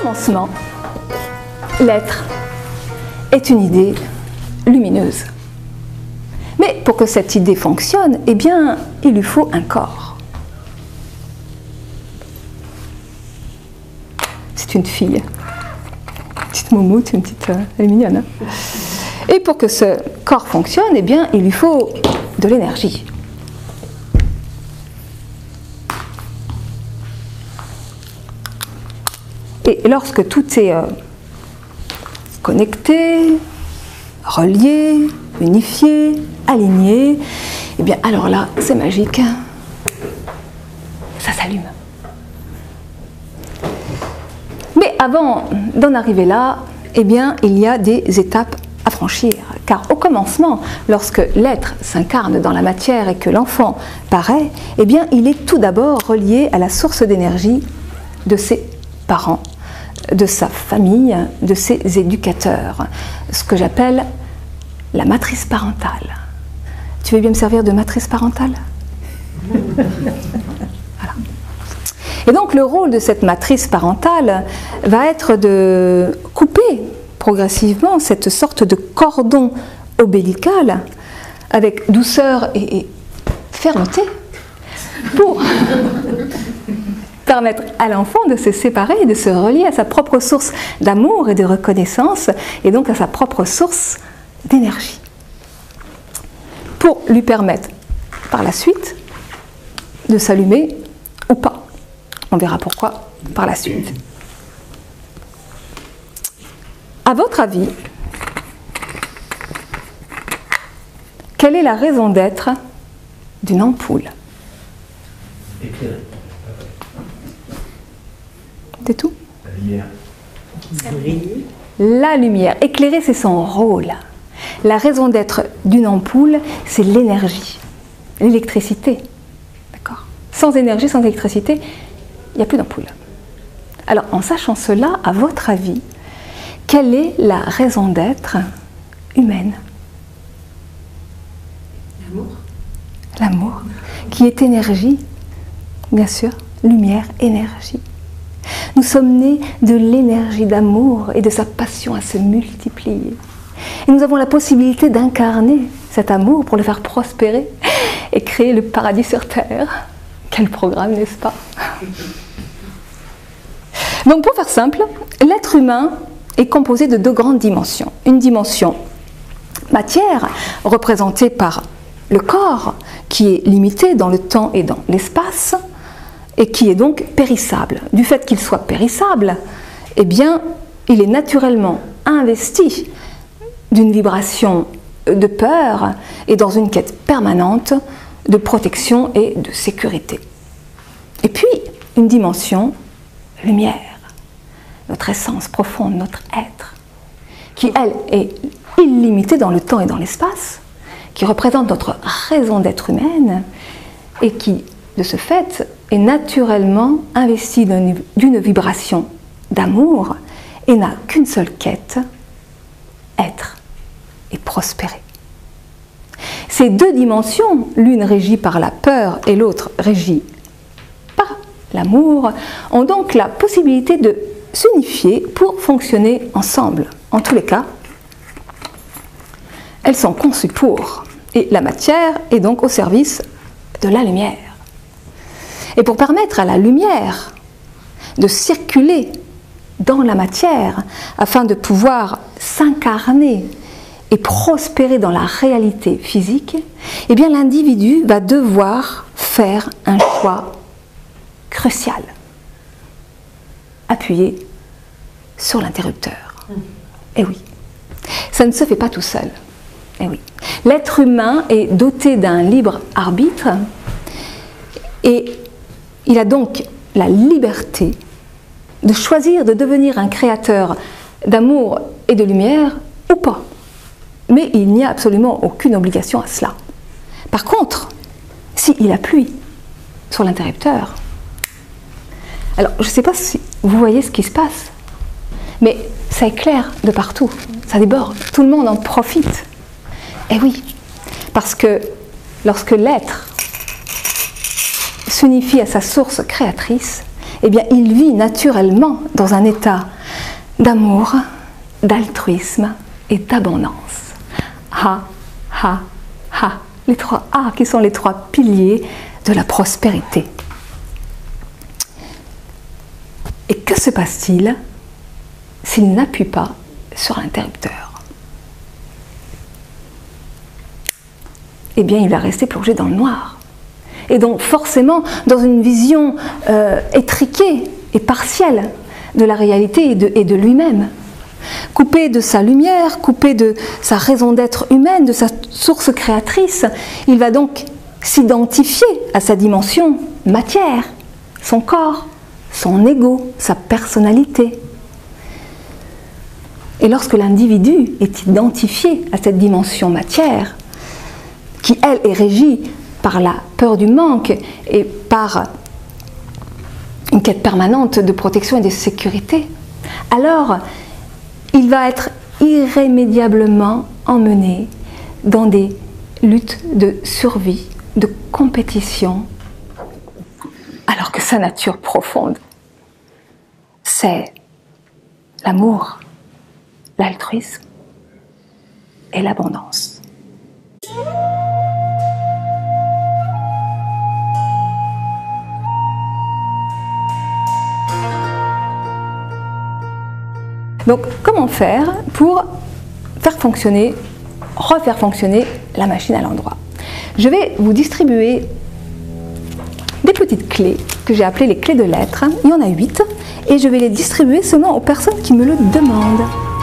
commencement, l'être est une idée lumineuse. Mais pour que cette idée fonctionne, eh bien, il lui faut un corps. C'est une fille, petite moumoute, une petite, elle est mignonne. Hein. Et pour que ce corps fonctionne, eh bien, il lui faut de l'énergie. Et lorsque tout est connecté, relié, unifié, aligné, eh bien alors là, c'est magique. Ça s'allume. Mais avant d'en arriver là, eh bien, il y a des étapes à franchir. Car au commencement, lorsque l'être s'incarne dans la matière et que l'enfant paraît, eh bien, il est tout d'abord relié à la source d'énergie de ses parents, de sa famille, de ses éducateurs, ce que j'appelle la matrice parentale. Tu veux bien me servir de matrice parentale? Voilà. Et donc le rôle de cette matrice parentale va être de couper progressivement cette sorte de cordon ombilical avec douceur et fermeté pour permettre à l'enfant de se séparer et de se relier à sa propre source d'amour et de reconnaissance et donc à sa propre source d'énergie. Pour lui permettre par la suite de s'allumer ou pas. On verra pourquoi par la suite. À votre avis, quelle est la raison d'être d'une ampoule? Éclairé. C'est tout? La lumière. La lumière. Éclairer, c'est son rôle. La raison d'être d'une ampoule, c'est l'énergie, l'électricité. D'accord? Sans énergie, sans électricité, il n'y a plus d'ampoule. Alors, en sachant cela, à votre avis, quelle est la raison d'être humaine? L'amour. L'amour, qui est énergie, bien sûr, lumière, énergie. Nous sommes nés de l'énergie d'amour et de sa passion à se multiplier. Et nous avons la possibilité d'incarner cet amour pour le faire prospérer et créer le paradis sur terre. Quel programme, n'est-ce pas? Donc pour faire simple, l'être humain est composé de deux grandes dimensions. Une dimension matière, représentée par le corps, qui est limité dans le temps et dans l'espace, et qui est donc périssable. Du fait qu'il soit périssable, eh bien, il est naturellement investi d'une vibration de peur et dans une quête permanente de protection et de sécurité. Et puis, une dimension lumière, notre essence profonde, notre être, qui, elle, est illimitée dans le temps et dans l'espace, qui représente notre raison d'être humaine et qui, de ce fait, est naturellement investie d'une vibration d'amour et n'a qu'une seule quête, être et prospérer. Ces deux dimensions, l'une régie par la peur et l'autre régie par l'amour, ont donc la possibilité de s'unifier pour fonctionner ensemble. En tous les cas, elles sont conçues pour, et la matière est donc au service de la lumière. Et pour permettre à la lumière de circuler dans la matière afin de pouvoir s'incarner et prospérer dans la réalité physique, eh bien l'individu va devoir faire un choix crucial, appuyé sur l'interrupteur. Eh oui, ça ne se fait pas tout seul. Eh oui. L'être humain est doté d'un libre arbitre et il a donc la liberté de choisir de devenir un créateur d'amour et de lumière ou pas. Mais il n'y a absolument aucune obligation à cela. Par contre, s'il appuie sur l'interrupteur, alors je ne sais pas si vous voyez ce qui se passe, mais ça éclaire de partout, ça déborde, tout le monde en profite. Et oui, parce que lorsque l'être s'unifie à sa source créatrice, eh bien il vit naturellement dans un état d'amour, d'altruisme et d'abondance. Ha, ha, ha. Les 3 A qui sont les 3 piliers de la prospérité. Et que se passe-t-il s'il n'appuie pas sur l'interrupteur? Eh bien, il va rester plongé dans le noir. Et donc, forcément, dans une vision étriquée et partielle de la réalité et de lui-même. Coupé de sa lumière, coupé de sa raison d'être humaine, de sa source créatrice, il va donc s'identifier à sa dimension matière, son corps, son ego, sa personnalité. Et lorsque l'individu est identifié à cette dimension matière, qui elle est régie par la peur du manque et par une quête permanente de protection et de sécurité, alors il va être irrémédiablement emmené dans des luttes de survie, de compétition, alors que sa nature profonde, c'est l'amour, l'altruisme et l'abondance. Donc, comment faire pour refaire fonctionner la machine à l'endroit? Je vais vous distribuer des petites clés que j'ai appelées les clés de lettres. Il y en a 8 et je vais les distribuer seulement aux personnes qui me le demandent.